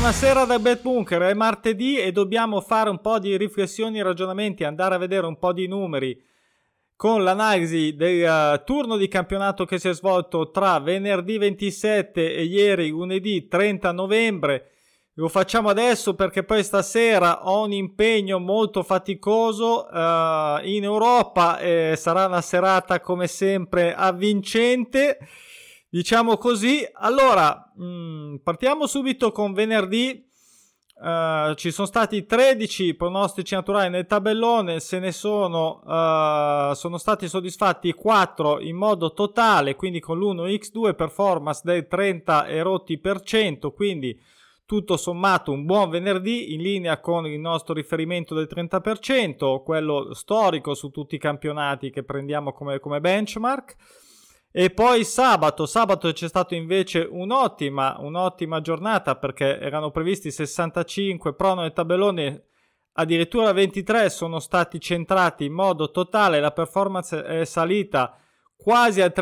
Buonasera da Bet Bunker, è martedì e dobbiamo fare un po' di riflessioni e ragionamenti, andare a vedere un po' di numeri con l'analisi del turno di campionato che si è svolto tra venerdì 27 e ieri lunedì 30 novembre. Lo facciamo adesso perché poi stasera ho un impegno molto faticoso in Europa e sarà una serata come sempre avvincente, diciamo così. Allora, partiamo subito con venerdì. Ci sono stati 13 pronostici naturali nel tabellone, sono stati soddisfatti 4 in modo totale, quindi con l'1x2 performance del 30 e rotti per cento, quindi tutto sommato un buon venerdì in linea con il nostro riferimento del 30%, quello storico su tutti i campionati che prendiamo come benchmark. E poi sabato c'è stato invece un'ottima giornata, perché erano previsti 65 prono nel tabellone, addirittura 23 sono stati centrati in modo totale, la performance è salita quasi al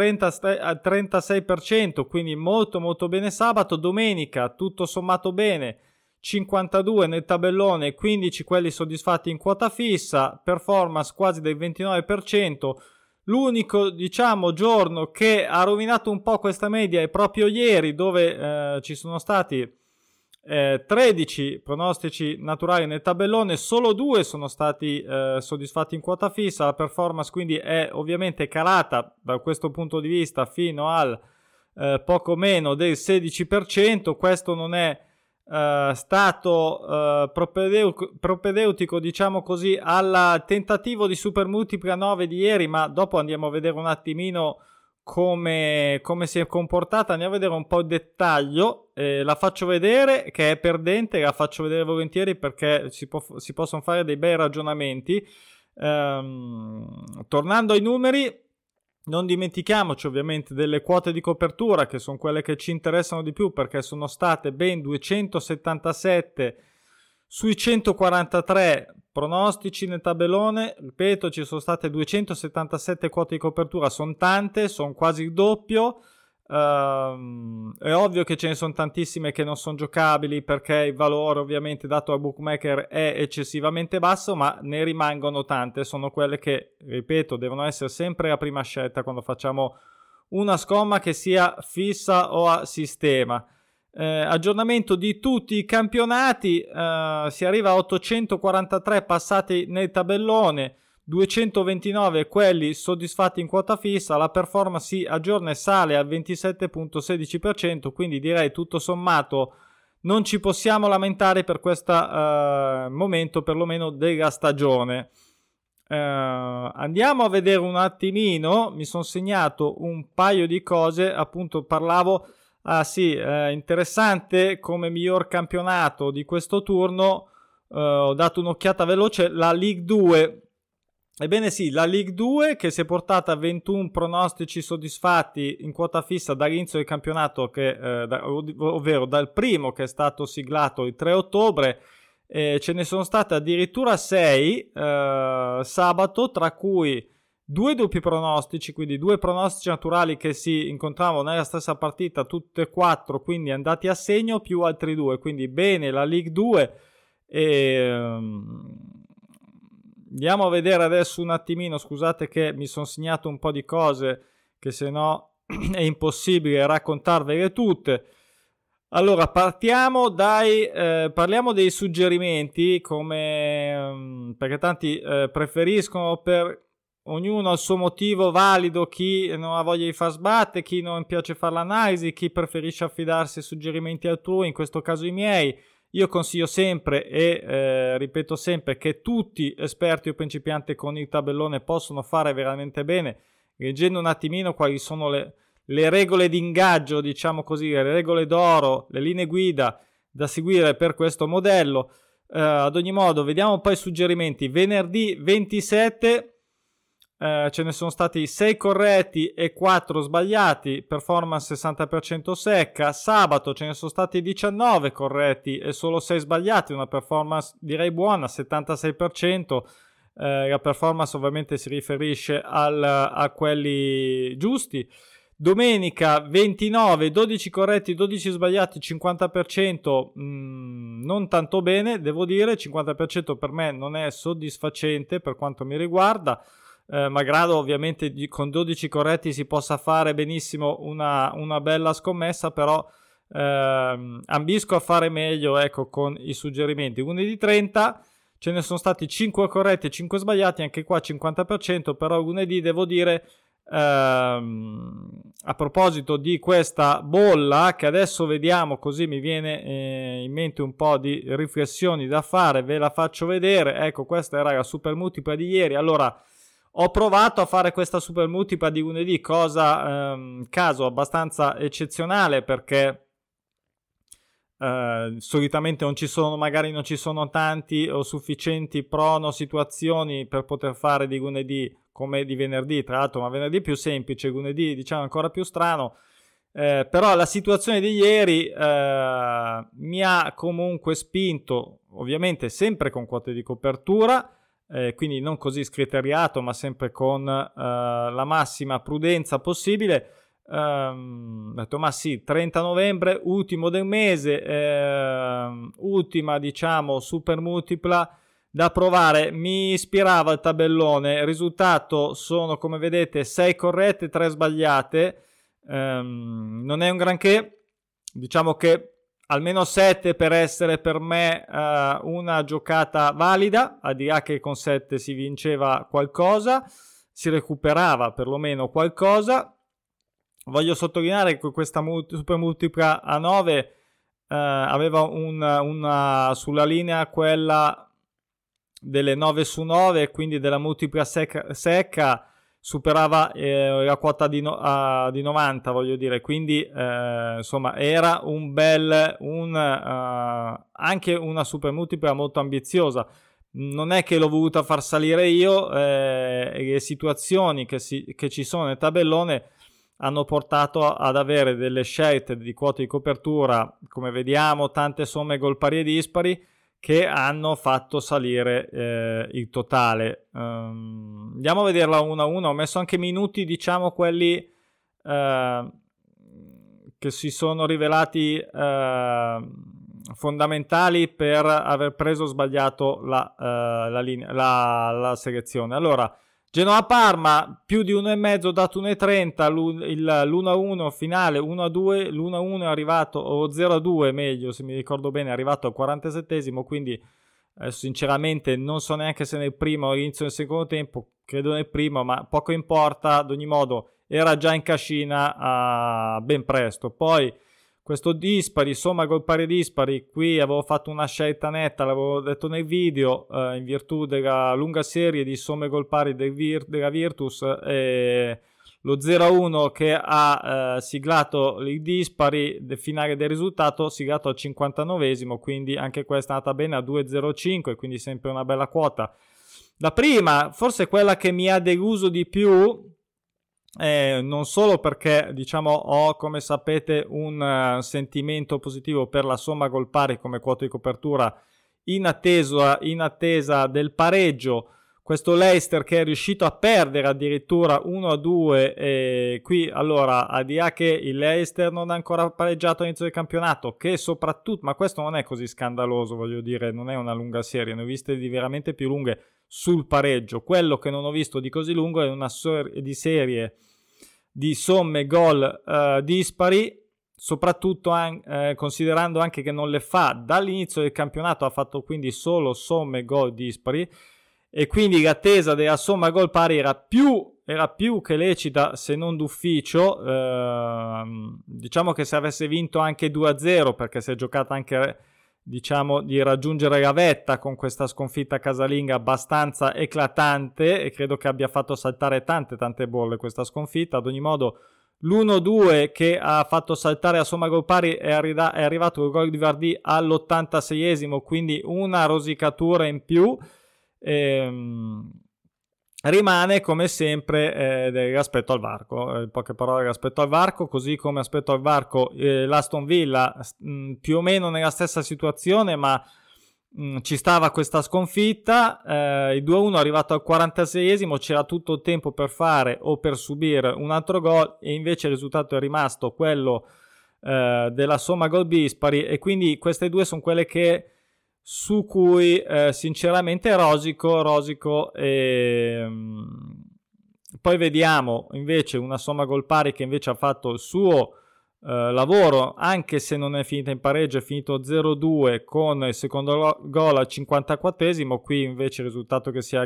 36%, quindi molto molto bene sabato. Domenica tutto sommato bene, 52 nel tabellone, 15 quelli soddisfatti in quota fissa, performance quasi del 29%. L'unico, diciamo, giorno che ha rovinato un po' questa media è proprio ieri, dove ci sono stati 13 pronostici naturali nel tabellone, solo 2 sono stati soddisfatti in quota fissa. La performance quindi è ovviamente calata da questo punto di vista fino al poco meno del 16%. Questo non è stato propedeutico, diciamo così, al tentativo di super multipli a 9 di ieri, ma dopo andiamo a vedere un attimino come si è comportata. Andiamo a vedere un po' il dettaglio, la faccio vedere che è perdente, la faccio vedere volentieri perché si possono fare dei bei ragionamenti. Tornando ai numeri, non dimentichiamoci ovviamente delle quote di copertura, che sono quelle che ci interessano di più, perché sono state ben 277 sui 143 pronostici nel tabellone. Ripeto, ci sono state 277 quote di copertura, sono tante, sono quasi il doppio. È ovvio che ce ne sono tantissime che non sono giocabili, perché il valore ovviamente dato al bookmaker è eccessivamente basso, ma ne rimangono tante. Sono quelle che, ripeto, devono essere sempre la prima scelta quando facciamo una scomma, che sia fissa o a sistema. Aggiornamento di tutti i campionati, si arriva a 843 passati nel tabellone, 229 quelli soddisfatti in quota fissa. La performance si aggiorna e sale al 27,16%, quindi direi tutto sommato non ci possiamo lamentare per questo momento perlomeno della stagione. Andiamo a vedere un attimino, mi sono segnato un paio di cose, appunto parlavo, interessante come miglior campionato di questo turno, ho dato un'occhiata veloce, la League 2. Ebbene sì, la League 2 che si è portata a 21 pronostici soddisfatti in quota fissa dall'inizio del campionato, ovvero dal primo che è stato siglato il 3 ottobre. Ce ne sono state addirittura 6 sabato, tra cui 2 doppi pronostici, quindi 2 pronostici naturali che si incontravano nella stessa partita, tutte e 4 quindi andati a segno, più altri 2, quindi bene la League 2. Andiamo a vedere adesso un attimino, scusate che mi sono segnato un po' di cose che se no è impossibile raccontarvele tutte. Allora parliamo dei suggerimenti, perché tanti preferiscono, per ognuno ha il suo motivo valido, chi non ha voglia di far sbatte, chi non piace fare l'analisi, chi preferisce affidarsi ai suggerimenti altrui, in questo caso i miei. Io consiglio sempre e ripeto sempre che tutti, esperti o principianti, con il tabellone possono fare veramente bene, leggendo un attimino quali sono le regole di ingaggio, diciamo così, le regole d'oro, le linee guida da seguire per questo modello. Ad ogni modo, vediamo poi i suggerimenti. Venerdì 27 ce ne sono stati 6 corretti e 4 sbagliati, performance 60% secca. Sabato ce ne sono stati 19 corretti e solo 6 sbagliati, una performance direi buona, 76%. La performance ovviamente si riferisce a quelli giusti. Domenica 29, 12 corretti, 12 sbagliati, 50%, non tanto bene, devo dire, 50% per me non è soddisfacente per quanto mi riguarda, malgrado ovviamente con 12 corretti si possa fare benissimo una bella scommessa, però ambisco a fare meglio, ecco, con i suggerimenti. Lunedì 30 ce ne sono stati 5 corretti e 5 sbagliati, anche qua 50%, però lunedì devo dire, a proposito di questa bolla che adesso vediamo, così mi viene in mente un po' di riflessioni da fare, ve la faccio vedere. Ecco, questa era la super multipla di ieri. Allora, ho provato a fare questa super multipla di lunedì, caso abbastanza eccezionale, perché solitamente magari non ci sono tanti o sufficienti prono situazioni per poter fare di lunedì come di venerdì, tra l'altro, ma venerdì è più semplice, lunedì diciamo ancora più strano, però la situazione di ieri mi ha comunque spinto, ovviamente sempre con quote di copertura, quindi non così scriteriato, ma sempre con la massima prudenza possibile. Ho detto, ma sì, 30 novembre, ultimo del mese, ultima diciamo super multipla da provare. Mi ispirava il tabellone, il risultato sono, come vedete, 6 corrette, 3 sbagliate, non è un granché, diciamo che almeno 7 per essere per me una giocata valida, al di là che con 7 si vinceva qualcosa, si recuperava perlomeno qualcosa. Voglio sottolineare che questa super multipla a 9 aveva una sulla linea quella delle 9 su 9, quindi della multipla secca superava la quota di 90, voglio dire, quindi insomma era anche una super multipla molto ambiziosa. Non è che l'ho voluta far salire io, le situazioni che ci sono nel tabellone hanno portato ad avere delle scelte di quote di copertura, come vediamo, tante somme gol pari e dispari, che hanno fatto salire il totale. Andiamo a vederla una a una. Ho messo anche minuti, diciamo, quelli che si sono rivelati fondamentali per aver preso sbagliato la selezione. Allora, Genoa-Parma più di 1,5, dato 1,30, l'1-1 finale 1-2, l'1-1 è arrivato, o 0-2 meglio se mi ricordo bene, è arrivato al 47esimo, quindi sinceramente non so neanche se nel primo o all'inizio del secondo tempo, credo nel primo, ma poco importa, ad ogni modo era già in cascina ben presto. Poi questo dispari, somma gol pari dispari, qui avevo fatto una scelta netta, l'avevo detto nel video, in virtù della lunga serie di somme gol pari della Virtus, lo 0-1 che ha siglato il dispari del finale del risultato, siglato al 59esimo, quindi anche questa è andata bene a 2,05, quindi sempre una bella quota. La prima, forse quella che mi ha deluso di più, non solo perché diciamo ho, come sapete, un sentimento positivo per la somma gol pari come quota di copertura in attesa del pareggio, questo Leicester che è riuscito a perdere addirittura 1-2, e qui allora, al di là che il Leicester non ha ancora pareggiato all'inizio del campionato, che soprattutto, ma questo non è così scandaloso, voglio dire, non è una lunga serie, ne ho viste di veramente più lunghe sul pareggio. Quello che non ho visto di così lungo è una serie di somme gol dispari, soprattutto considerando anche che non le fa dall'inizio del campionato, ha fatto quindi solo somme gol dispari, e quindi l'attesa della somma gol pari era più che lecita, se non d'ufficio. Diciamo che se avesse vinto anche 2-0, perché si è giocata anche, diciamo, di raggiungere la vetta con questa sconfitta casalinga abbastanza eclatante, e credo che abbia fatto saltare tante bolle questa sconfitta. Ad ogni modo, l'1-2 che ha fatto saltare a somma gol pari è arrivato il gol di Vardy all'86esimo, quindi una rosicatura in più. Rimane come sempre l'aspetto al varco, poche parole l'aspetto al varco, così come aspetto al varco l'Aston Villa, più o meno nella stessa situazione, ma ci stava questa sconfitta, il 2-1 è arrivato al 46esimo, c'era tutto il tempo per fare o per subire un altro gol, e invece il risultato è rimasto quello della somma gol dispari, e quindi queste due sono quelle su cui sinceramente rosico e poi vediamo invece una somma gol pari che invece ha fatto il suo lavoro, anche se non è finita in pareggio, è finito 0-2 con il secondo gol al 54esimo. Qui invece il risultato che si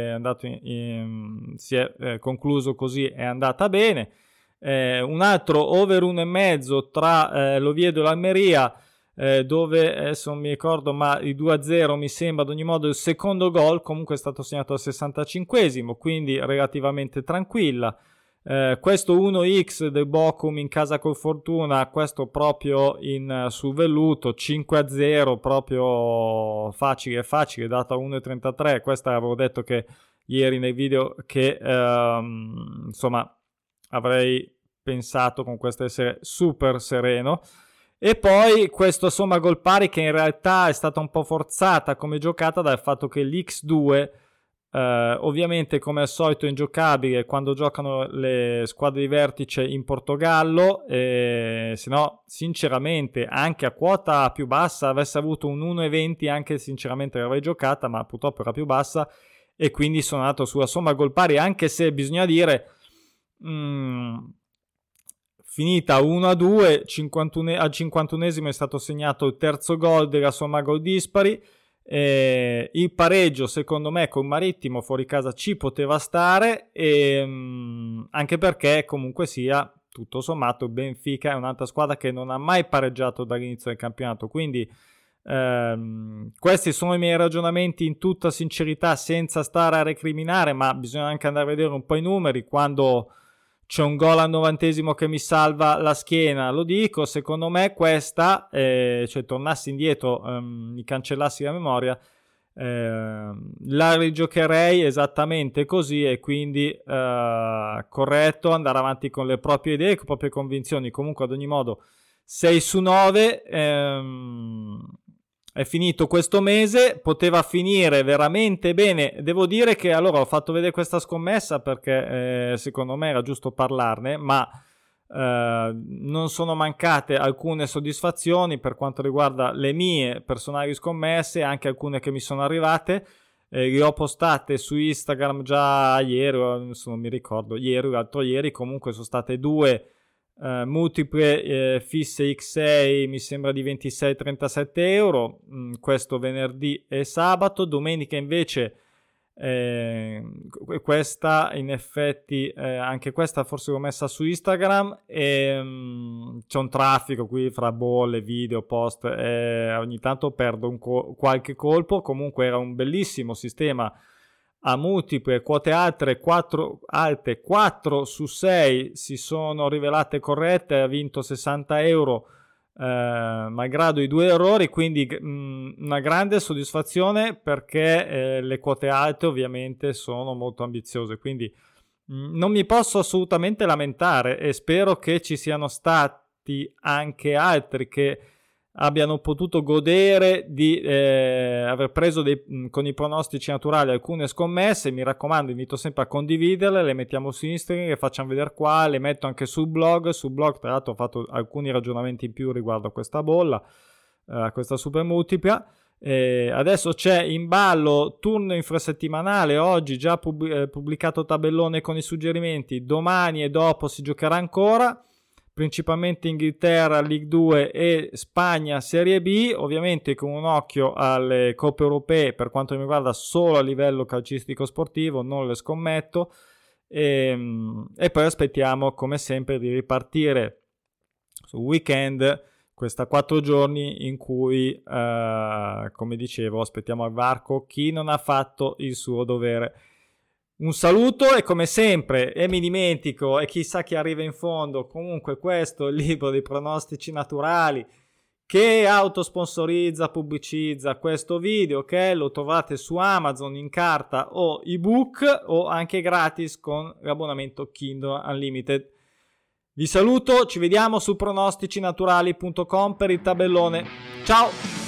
è concluso così è andata bene. Un altro over 1,5 tra l'Oviedo e l'Almeria, dove adesso non mi ricordo, ma il 2-0 mi sembra. Ad ogni modo il secondo gol comunque è stato segnato al 65esimo, quindi relativamente tranquilla. Questo 1x del Bochum in casa col Fortuna, questo proprio sul velluto, 5-0, proprio facile, data 1,33. Questa avevo detto che ieri nel video che insomma avrei pensato con questo essere super sereno. E poi questo somma gol pari, che in realtà è stata un po' forzata come giocata dal fatto che l'X2 ovviamente come al solito è ingiocabile quando giocano le squadre di vertice in Portogallo, se no sinceramente anche a quota più bassa avesse avuto un 1,20, anche sinceramente l'avrei giocata, ma purtroppo era più bassa e quindi sono andato sulla somma gol pari, anche se bisogna dire finita 1-2, al 51esimo è stato segnato il terzo gol della somma gol dispari. Il pareggio secondo me con Marittimo fuori casa ci poteva stare, anche perché comunque sia tutto sommato Benfica è un'altra squadra che non ha mai pareggiato dall'inizio del campionato, quindi questi sono i miei ragionamenti in tutta sincerità, senza stare a recriminare, ma bisogna anche andare a vedere un po' i numeri. Quando c'è un gol al 90esimo che mi salva la schiena, lo dico. Secondo me questa, cioè tornassi indietro, mi cancellassi la memoria, la rigiocherei esattamente così, e quindi corretto andare avanti con le proprie idee, con le proprie convinzioni. Comunque ad ogni modo 6 su 9, è finito questo mese, poteva finire veramente bene. Devo dire che allora ho fatto vedere questa scommessa perché secondo me era giusto parlarne, ma non sono mancate alcune soddisfazioni per quanto riguarda le mie personali scommesse, anche alcune che mi sono arrivate. Le ho postate su Instagram già ieri, non mi ricordo, ieri o l'altro ieri. Comunque sono state due multiple fisse X6, mi sembra di 26-37 euro, questo venerdì e sabato. Domenica invece questa in effetti anche questa forse l'ho messa su Instagram, e c'è un traffico qui fra bolle, video, post, ogni tanto perdo qualche colpo. Comunque era un bellissimo sistema a multiple, quote alte 4 su 6 si sono rivelate corrette, ha vinto 60 euro malgrado i 2 errori, quindi una grande soddisfazione, perché le quote alte ovviamente sono molto ambiziose, quindi non mi posso assolutamente lamentare, e spero che ci siano stati anche altri che abbiano potuto godere di aver preso con i pronostici naturali alcune scommesse. Mi raccomando, invito sempre a condividerle, le mettiamo su Instagram, le facciamo vedere qua, le metto anche sul blog. Tra l'altro ho fatto alcuni ragionamenti in più riguardo a questa bolla, a questa super multipla. Adesso c'è in ballo turno infrasettimanale, oggi già pubblicato tabellone con i suggerimenti, domani e dopo si giocherà ancora, principalmente Inghilterra, League 2 e Spagna Serie B, ovviamente con un occhio alle coppe europee per quanto mi riguarda solo a livello calcistico sportivo, non le scommetto, e poi aspettiamo come sempre di ripartire sul weekend, questa 4 giorni in cui come dicevo aspettiamo al varco chi non ha fatto il suo dovere. Un saluto, e come sempre, e mi dimentico, e chissà chi arriva in fondo, comunque questo è il libro dei pronostici naturali che autosponsorizza, pubblicizza questo video, che lo trovate su Amazon in carta o ebook, o anche gratis con l'abbonamento Kindle Unlimited. Vi saluto, ci vediamo su pronosticinaturali.com per il tabellone. Ciao!